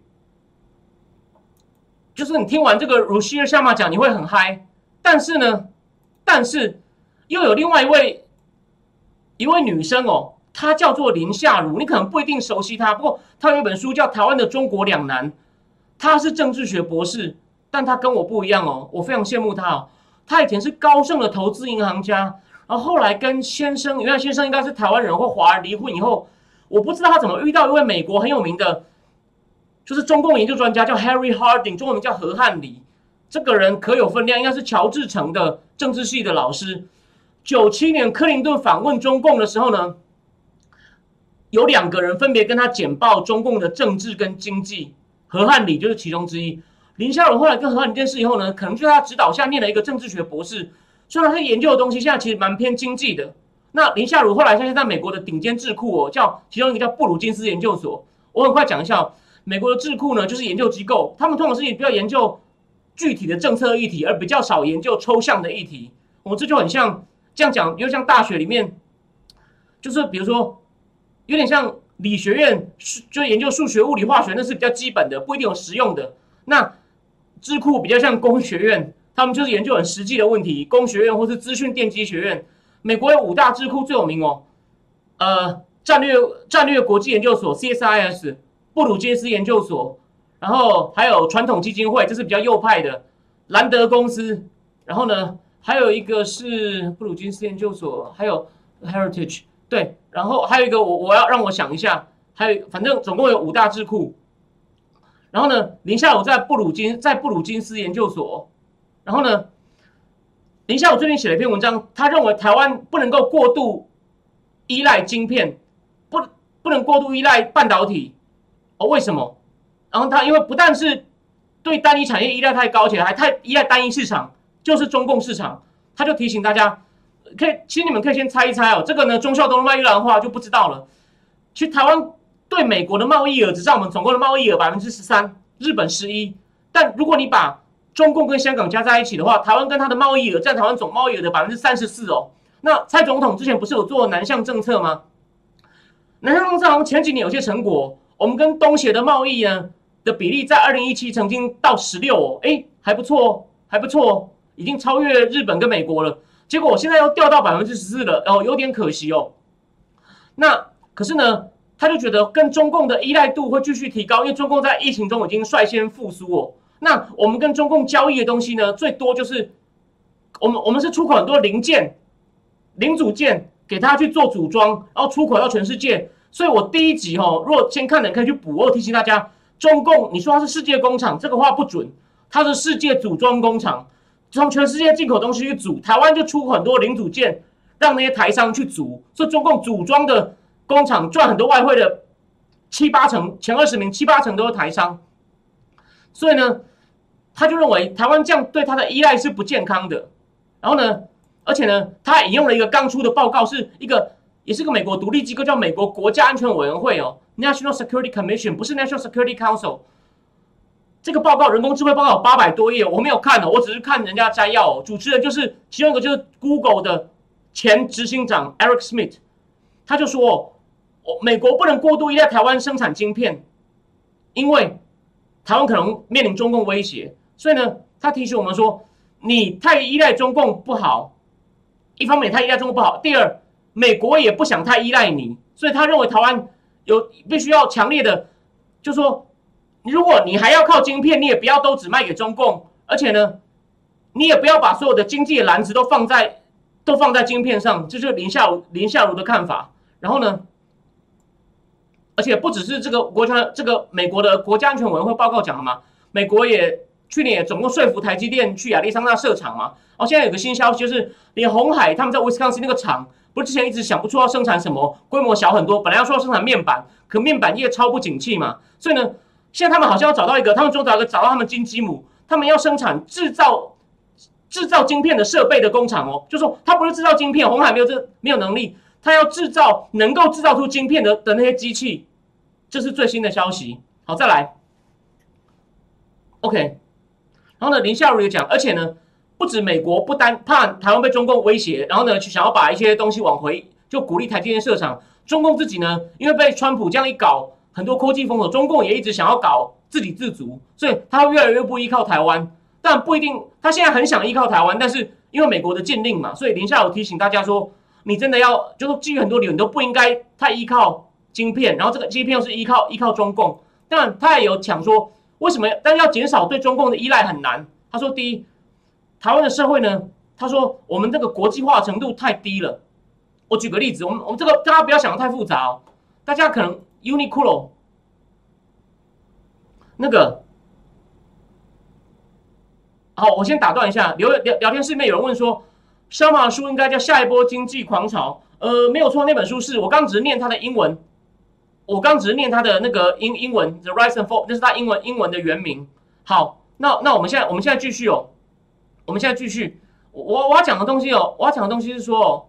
就是你听完这个如希尔夏玛讲，你会很嗨，但是呢，又有另外一位女生哦，她叫做林夏如，你可能不一定熟悉她，不过她有一本书叫《台湾的中国两难》，她是政治学博士，但她跟我不一样哦，我非常羡慕她哦。她以前是高盛的投资银行家，然后后来跟先生，原来先生应该是台湾人或华人，离婚以后，我不知道他怎么遇到一位美国很有名的，就是中共研究专家，叫 Harry Harding， 中文名叫何汉礼。这个人可有分量，应该是乔治城的政治系的老师。97年克林顿访问中共的时候呢，有2个人分别跟他简报中共的政治跟经济，何汉礼就是其中之一。林夏如后来跟何汉礼认识以后呢，可能就在他指导下念了一个政治学博士，所以他研究的东西现在其实蛮偏经济的。那林夏如后来现在在美国的顶尖智库哦，其中一个叫布鲁金斯研究所。我很快讲一下美国的智库呢，就是研究机构，他们通常是比较研究具体的政策议题，而比较少研究抽象的议题。这就很像这样讲，又像大学里面，就是比如说有点像理学院，就研究数学、物理、化学，那是比较基本的，不一定有实用的。那智库比较像工学院，他们就是研究很实际的问题，工学院或是资讯电机学院。美国有5大智库最有名战略国际研究所 CSIS， 布鲁金斯研究所，然后还有传统基金会，这是比较右派的，兰德公司，然后呢还有一个是布鲁金斯研究所，还有 Heritage， 对，然后还有一个我要让我想一下，还有反正总共有5大智库。然后呢，林夏如在布鲁金斯研究所，然后呢，林夏如最近写了一篇文章，他认为台湾不能够过度依赖晶片，不能过度依赖半导体。为什么？然后他因为不但是对单一产业依赖太高，而且还太依赖单一市场，就是中共市场。他就提醒大家，其实你们可以先猜一猜这个呢，忠孝东路卖玉兰花就不知道了。其实台湾对美国的贸易额只占我们总共的贸易额13%，日本11%。但如果你把中共跟香港加在一起的话，台湾跟它的贸易额占台湾总贸易额的34%哦。那蔡总统之前不是有做南向政策吗？南向政策好像前几年有些成果，我们跟东协的贸易呢的比例在2017曾经到16哦，还不错哦，还不错哦，已经超越日本跟美国了。结果我现在又掉到14%了，有点可惜哦。那可是呢，他就觉得跟中共的依赖度会继续提高，因为中共在疫情中已经率先复苏哦。那我们跟中共交易的东西呢，最多就是我们是出口很多零组件给他去做组装，然后出口到全世界。所以我第一集如果先看的人可以去补。我提醒大家，中共你说它是世界工厂，这个话不准，它是世界组装工厂，从全世界进口东西去组，台湾就出很多零组件，让那些台商去组。所以中共组装的工厂赚很多外汇的7、8成，前20名7、8成都是台商。所以呢，他就认为台湾这样对他的依赖是不健康的。然后呢，而且呢，他还引用了一个刚出的报告，也是个美国独立机构，叫美国国家安全委员会National Security Commission， 不是 National Security Council。这个报告人工智慧报告有800多页，我没有看我只是看人家摘要主持人就是其中一个就是 Google 的前执行长 Eric Schmidt， 他就说美国不能过度依赖台湾生产晶片，因为台湾可能面临中共威胁。所以呢，他提醒我们说，你太依赖中共不好，一方面太依赖中共不好，第二， 美国也不想太依赖你，所以他认为台湾必须要强烈的，就说如果你还要靠晶片，你也不要都只卖给中共，而且呢，你也不要把所有的经济的篮子都放在晶片上，这就是林夏如的看法。然后呢，而且不只是这个美国的国家安全委员会报告讲了嘛，美国去年也总共说服台积电去亚利桑那设厂嘛。现在有个新消息，就是连鸿海他们在威斯康星那个厂，不是之前一直想不出要生产什么，规模小很多，本来要说要生产面板，可面板业超不景气嘛，所以呢，现在他们好像要找到他们终于找到他们金鸡母，他们要生产制造晶片的设备的工厂就说他不是制造晶片，鸿海没有能力，他要能够制造出晶片的那些机器，这是最新的消息。好，再来 ，OK， 然后呢，林夏如也讲，而且呢，不止美国不单怕台湾被中共威胁，然后呢，想要把一些东西往回，就鼓励台积电设厂。中共自己呢，因为被川普这样一搞，很多科技封锁，中共也一直想要搞自给自足，所以他会越来越不依靠台湾。但不一定，他现在很想依靠台湾，但是因为美国的禁令嘛，所以林夏如提醒大家说，你真的要，就是基于很多理由，你都不应该太依靠晶片，然后这个晶片又是依靠中共。当然，他也有讲说，为什么？但是要减少对中共的依赖很难。他说，第一，台湾的社会呢，他说我们这个国际化程度太低了。我举个例子，我们这个大家不要想得太复杂大家可能 Uniqlo 那个。好，我先打断一下，聊天室里面有人问说，小马书应该叫下一波经济狂潮。没有错，那本书是我刚只是念它的英文，我刚只是念它的那个英文 The Rise and Fall， 那是它英文的原名。好，那我们现在继续我们现在继续，我要讲的东西是说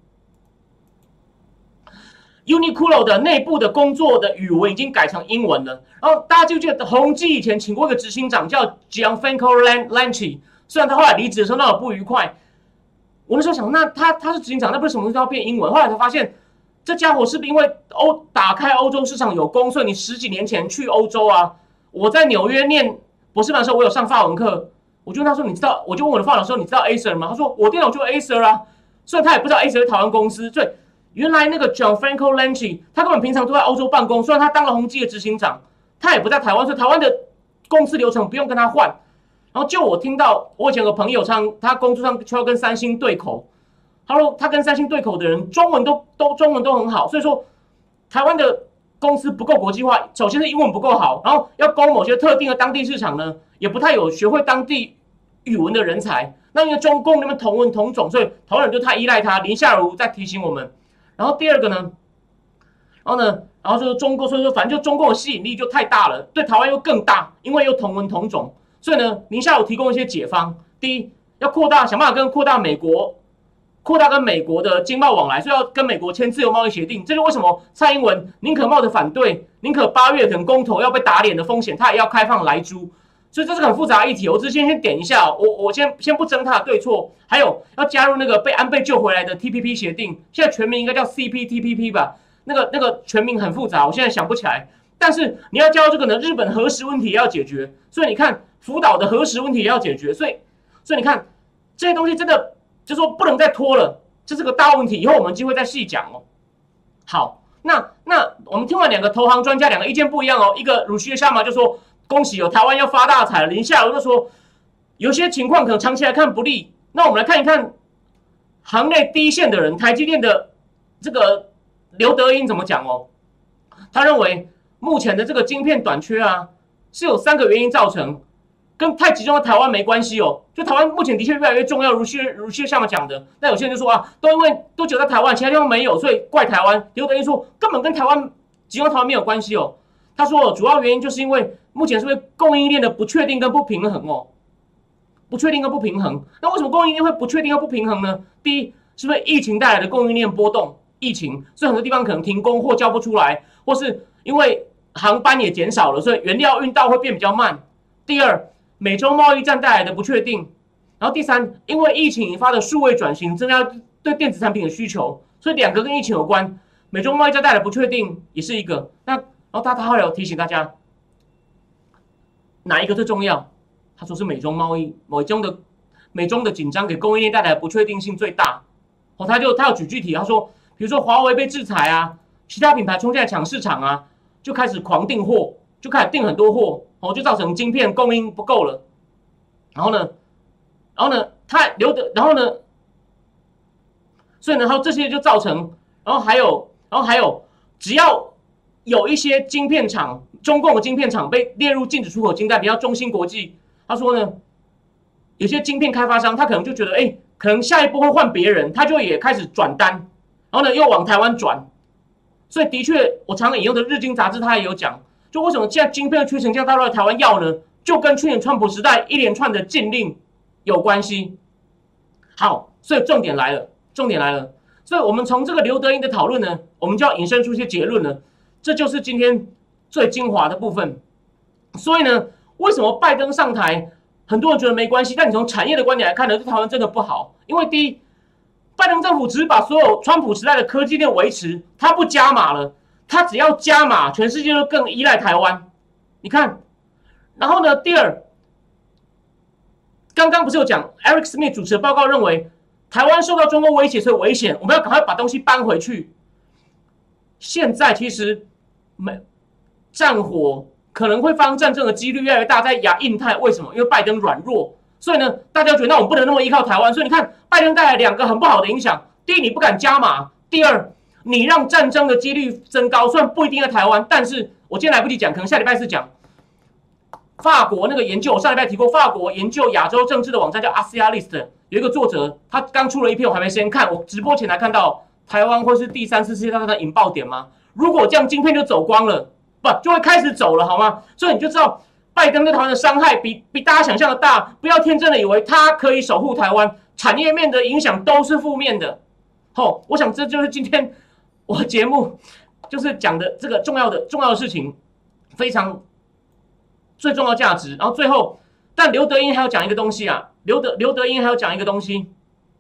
Uniqlo 的内部的工作的语文已经改成英文了，然后大家就记得宏基以前请过一个执行长叫 Gianfranco Lanci， 虽然他后来离职的时候闹得不愉快，我那时候想，那他是执行长，那不是什么东西都要变英文？后来才发现，这家伙是不是因为打开欧洲市场有功，所以你10几年前去欧洲啊？我在纽约念博士班的时候，我有上法文课，我就问他说，你知道？我就问我的法老说，你知道 Acer 吗？他说我电脑就 Acer 啊，虽然他也不知道 Acer 是台湾公司，所以。原来那个 Gianfranco Lanci， 他根本平常都在欧洲办公，虽然他当了宏基的执行长，他也不在台湾，所以台湾的公司流程不用跟他换。然后就我听到，我以前有个朋友他工作上就要跟三星对口，他说他跟三星对口的人中文都很好，所以说台湾的公司不够国际化，首先是英文不够好，然后要攻某些特定的当地市场呢，也不太有学会当地语文的人才。那因为中共那边同文同种，所以台湾人就太依赖他。林夏如在提醒我们。然后第二个呢，然后就是中共，所以说反正就中共的吸引力就太大了，对台湾又更大，因为又同文同种，所以呢，宁夏有提供一些解方。第一，要想办法扩大跟美国的经贸往来，所以要跟美国签自由贸易协定。这就为什么蔡英文宁可冒着反对，宁可8月可能公投要被打脸的风险，他也要开放莱猪。所以这是很复杂的议题，我只是先点一下，我先不争它的对错，还有要加入那个被安倍救回来的 TPP 协定，现在全名应该叫 CPTPP 吧？那个全名很复杂，我现在想不起来。但是你要加入这个呢，日本核食问题也要解决，所以你看福岛的核食问题也要解决，所以你看这些东西真的就说不能再拖了，这是个大问题，以后我们机会再细讲好，那我们听完两个投行专家，两个意见不一样一个鲁西的夏马就说。恭喜台湾要发大财了。林夏如就说，有些情况可能长期来看不利。那我们来看一看行内第一线的人，台积电的这个刘德英怎么讲他认为目前的这个晶片短缺是有3个原因造成，跟太集中在台湾没关系就台湾目前的确越来越重要，如薛下面讲的。那有些人就说都因为都只有在台湾，其他地方没有，所以怪台湾。刘德英说根本跟台湾集中台湾没有关系他说主要原因就是因为目前是因为供应链的不确定跟不平衡不确定跟不平衡。那为什么供应链会不确定跟不平衡呢？第一，是不是疫情带来的供应链波动？疫情，所以很多地方可能停工或交不出来，或是因为航班也减少了，所以原料运到会变比较慢。第二，美洲贸易战带来的不确定。然后第三，因为疫情引发的数位转型，增加对电子产品的需求，所以2个跟疫情有关。美洲贸易战带来的不确定也是一个。然后他后来有提醒大家，哪一个最重要？他说是美中贸易，美中的紧张给供应链带来的不确定性最大。他有举具体，他说， 比如说华为被制裁啊，其他品牌冲进来抢市场啊，就开始狂订货，就开始订很多货，哦，就造成晶片供应不够了。然后呢，它留的，然后呢，所以呢，它这些就造成，然后还有，只要有一些晶片厂，中共的晶片厂被列入禁止出口清单，比如中芯国际，他说呢，有些晶片开发商他可能就觉得，哎，可能下一波会换别人，他就也开始转单，然后呢又往台湾转，所以的确，我常引用的《日经》杂志它也有讲，就为什么现在晶片缺成这样大陆来台湾要呢？就跟去年川普时代一连串的禁令有关系。好，所以重点来了。所以我们从这个刘德英的讨论呢，我们就要引申出一些结论了。这就是今天最精华的部分。所以呢，为什么拜登上台，很多人觉得没关系，但你从产业的观点来看呢，对台湾真的不好。因为第一，拜登政府只是把所有川普时代的科技链维持，他不加码了，他只要加码，全世界都更依赖台湾。你看，然后呢，第二，刚刚不是有讲 Eric Smith 主持的报告认为，台湾受到中共威胁，所以危险，我们要赶快把东西搬回去。现在其实战火可能会发生战争的几率越来越大，在印太，为什么？因为拜登软弱，所以呢，大家觉得那我们不能那么依靠台湾。所以你看，拜登带来两个很不好的影响：第一，你不敢加码；第二，你让战争的几率增高。虽然不一定在台湾，但是我今天来不及讲，可能下礼拜四讲。法国那个研究，我上礼拜提过，法国研究亚洲政治的网站叫 Asialist， 有一个作者，他刚出了一篇，我还没时间看，我直播前才看到，台湾会是第3次世界大战的引爆点吗？如果这样，晶片就走光了，不就会开始走了，好吗？所以你就知道，拜登对台湾的伤害比大家想象的大，不要天真的以为他可以守护台湾，产业面的影响都是负面的。好，我想这就是今天我节目就是讲的这个重要的事情，非常。最重要价值，然后最后，但刘德英还要讲一个东西啊，刘德英还要讲一个东西。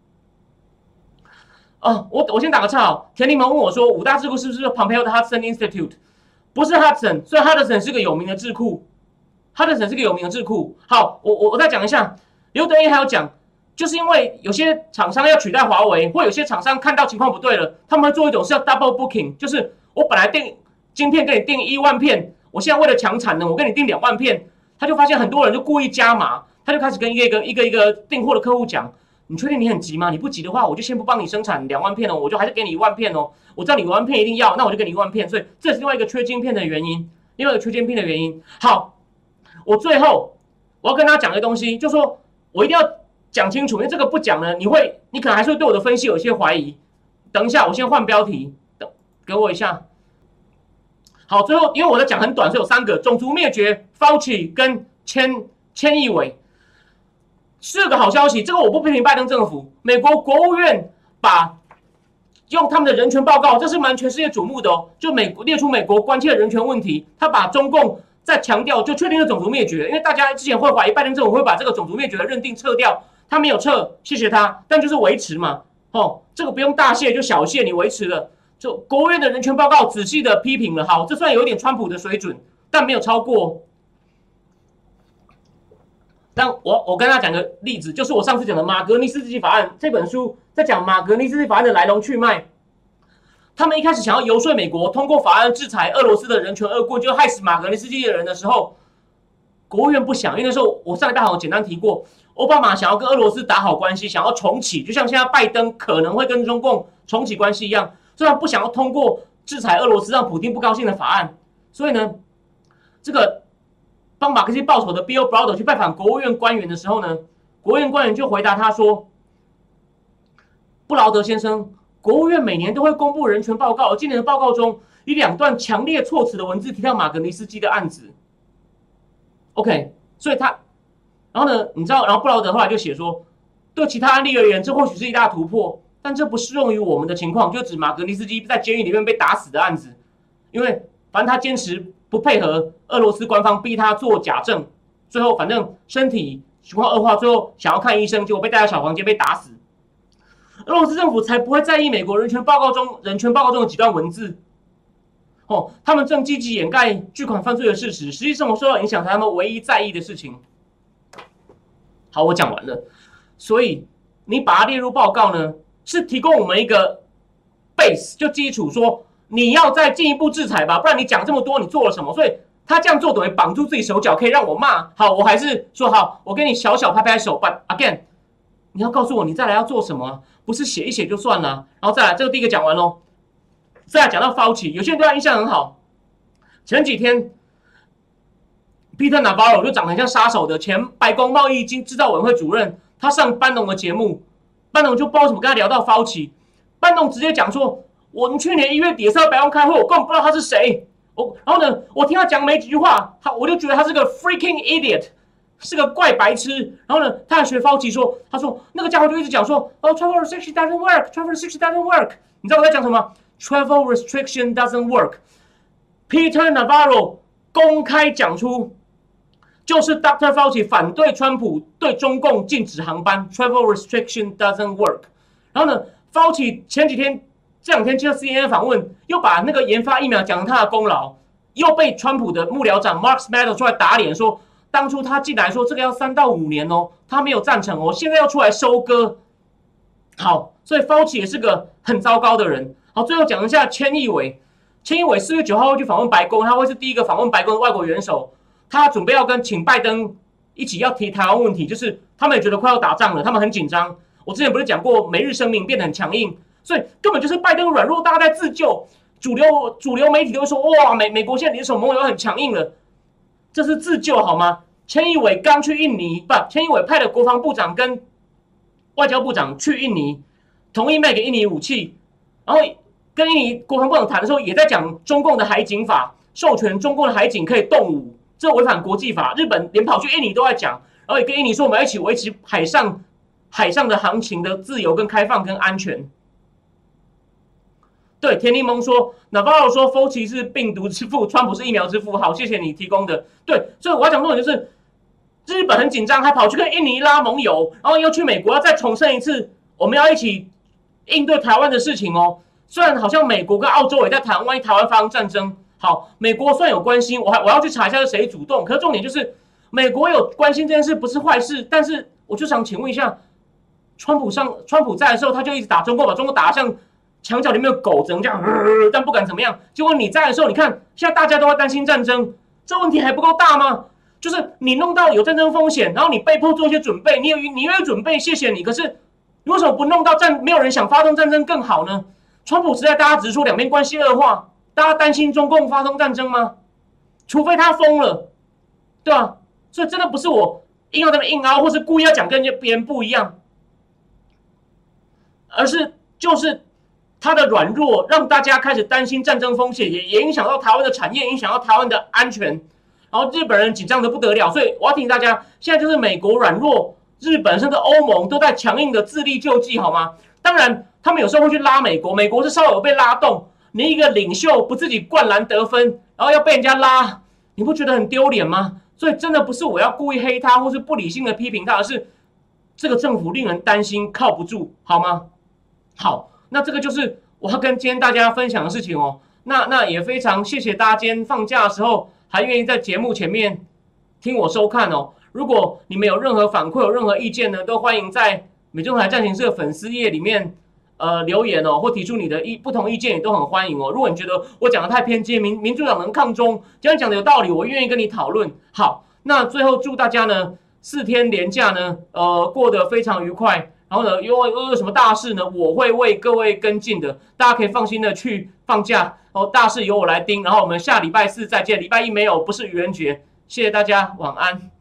我先打个岔哦。田立萌问我说，五大智库是不是 Pompeo 的 Hudson Institute？ 不是 Hudson， 所以 Hudson 是个有名的智库。Hudson 是个有名的智库。好，我再讲一下，刘德英还要讲，就是因为有些厂商要取代华为，或有些厂商看到情况不对了，他们会做一种是叫 double booking， 就是我本来订晶片跟你订1万片。我现在为了抢产能，我跟你订2万片，他就发现很多人就故意加码，他就开始跟一个订货的客户讲，你确定你很急吗？你不急的话，我就先不帮你生产2万片哦，我就还是给你1万片哦。我知道你1万片一定要，那我就给你1万片。所以这是另外一个缺晶片的原因，好，我最后我要跟大家讲的东西，就是说我一定要讲清楚，因为这个不讲呢，你可能还是会对我的分析有一些怀疑。等一下，我先换标题，给我一下。好，最后因为我在讲很短，所以有3个：种族灭绝、Fauci 跟千亿伟。4个好消息，这个我不批评拜登政府。美国国务院用他们的人权报告，这是蛮全世界瞩目的哦。就列出美国关切的人权问题，他把中共再强调，就确定是种族灭绝。因为大家之前会怀疑拜登政府会把这个种族灭绝的认定撤掉，他没有撤，谢谢他，但就是维持嘛。这个不用大谢，就小谢，你维持了。就国务院的人权报告仔细的批评了，好，这算有点川普的水准，但没有超过。但我跟大家讲个例子，就是我上次讲的马格尼斯基法案这本书，在讲马格尼斯基法案的来龙去脉。他们一开始想要游说美国通过法案制裁俄罗斯的人权恶棍，就害死马格尼斯基的人的时候，国务院不想，因为那时候我上礼拜好像简单提过，奥巴马想要跟俄罗斯打好关系，想要重启，就像现在拜登可能会跟中共重启关系一样。虽然不想要通过制裁俄罗斯让普丁不高兴的法案，所以呢，这个帮马克西报仇的 Bill Browder 去拜访国务院官员的时候呢，国务院官员就回答他说：“布劳德先生，国务院每年都会公布人权报告，而今年的报告中以2段强烈措辞的文字提到马格尼斯基的案子。”OK， 所以然后呢，你知道，然后布劳德后来就写说，对其他案例而言，这或许是一大突破。但这不适用于我们的情况，就指马格尼斯基在监狱里面被打死的案子，因为反正他坚持不配合俄罗斯官方逼他做假证，最后反正身体情况恶化，最后想要看医生，结果被带到小房间被打死。俄罗斯政府才不会在意美国人权报告中的几段文字，他们正积极掩盖巨款犯罪的事实，实际生活受到影响才他们唯一在意的事情。好，我讲完了，所以你把它列入报告呢？是提供我们一个 base 就基础说你要再进一步制裁吧，不然你讲这么多你做了什么？所以他这样做等于绑住自己手脚，可以让我骂。好，我还是说好，我给你小小拍拍手。But again， 你要告诉我你再来要做什么啊？不是写一写就算了。然后再来，这个第一个讲完喽。再来讲到 Fauci， 有些人对他印象很好。前几天 Peter Navarro 就长得很像杀手的前白宫贸易经制造委员会主任，他上班农的节目，班农就不知道怎么跟他聊到 Fauci， 班农直接讲说，我们去年1月底是在白宫开会，我根本不知道他是谁。然后呢，我听他讲没几句话，我就觉得他是个 freaking idiot， 是个怪白痴。然后呢，他还学 Fauci 说，他说那个家伙就一直讲说，哦 ，travel restriction doesn't work，travel restriction doesn't work。你知道我在讲什么 ？travel restriction doesn't work。Peter Navarro 公开讲出，就是 Dr. Fauci 反对川普对中共禁止航班 ，travel restriction doesn't work。然后呢 ，Fauci 这两天接受 CNN 访问，又把那个研发疫苗讲成他的功劳，又被川普的幕僚长 Mark Meadows 出来打脸说，当初他进来说这个要3到5年哦，他没有赞成哦，现在要出来收割。好，所以 Fauci 也是个很糟糕的人。好，最后讲一下千义伟4月9号会去访问白宫，他会是第一个访问白宫的外国元首。他准备要请拜登一起要提台湾问题，就是他们也觉得快要打仗了，他们很紧张。我之前不是讲过，美日声明变得很强硬，所以根本就是拜登软弱，大家在自救。主流媒体都会说，哇，美国现在联手盟友很强硬了，这是自救好吗？千义伟刚去印尼，千义伟派了国防部长跟外交部长去印尼，同意卖给印尼武器，然后跟印尼国防部长谈的时候，也在讲中共的海警法，授权中共的海警可以动武，这违反国际法。日本连跑去印尼都在讲，然后也跟印尼说，我们要一起维持海上的航行的自由跟开放跟安全。对，田柠檬说 ，Navarro 说 Fauci 是病毒之父，川普是疫苗之父。好，谢谢你提供的。对，所以我要讲重点就是，日本很紧张，还跑去跟印尼拉盟友，然后要去美国，要再重申一次，我们要一起应对台湾的事情哦。虽然好像美国跟澳洲也在谈，万一台湾发生战争，好，美国虽然有关心，我要去查一下是谁主动，可是重点就是美国有关心这件事不是坏事，但是我就想请问一下，川普在的时候，他就一直打中国，把中国打得像墙角里面的狗，只能这样，但不敢怎么样。结果你在的时候，你看现在大家都在担心战争，这问题还不够大吗？就是你弄到有战争风险，然后你被迫做一些准备，你愿意准备，谢谢你。可是你为什么不弄到没有人想发动战争更好呢？川普时代大家只是说两边关系恶化，大家担心中共发动战争吗？除非他疯了，对吧？所以真的不是我硬要在那边硬凹，或是故意要讲跟别人不一样，而是就是他的软弱让大家开始担心战争风险，也影响到台湾的产业，影响到台湾的安全。然后日本人紧张的不得了，所以我要提醒大家，现在就是美国软弱，日本甚至欧盟都在强硬的自力救济，好吗？当然，他们有时候会去拉美国，美国是稍微有被拉动。你一个领袖不自己灌篮得分，然后要被人家拉，你不觉得很丢脸吗？所以真的不是我要故意黑他，或是不理性的批评他，而是这个政府令人担心，靠不住，好吗？好，那这个就是我要跟今天大家分享的事情哦。那也非常谢谢大家今天放假的时候还愿意在节目前面听我收看哦。如果你们有任何反馈、有任何意见呢，都欢迎在美中台战情室的粉丝页里面留言哦，或提出你的不同意见也都很欢迎哦。如果你觉得我讲的太偏激，民主党能抗中，这样讲的有道理，我愿意跟你讨论。好，那最后祝大家呢4天连假呢过得非常愉快。然后呢，有什么大事呢？我会为各位跟进的，大家可以放心的去放假哦。大事由我来盯，然后我们下礼拜4再见。礼拜1没有，不是愚人节。谢谢大家，晚安。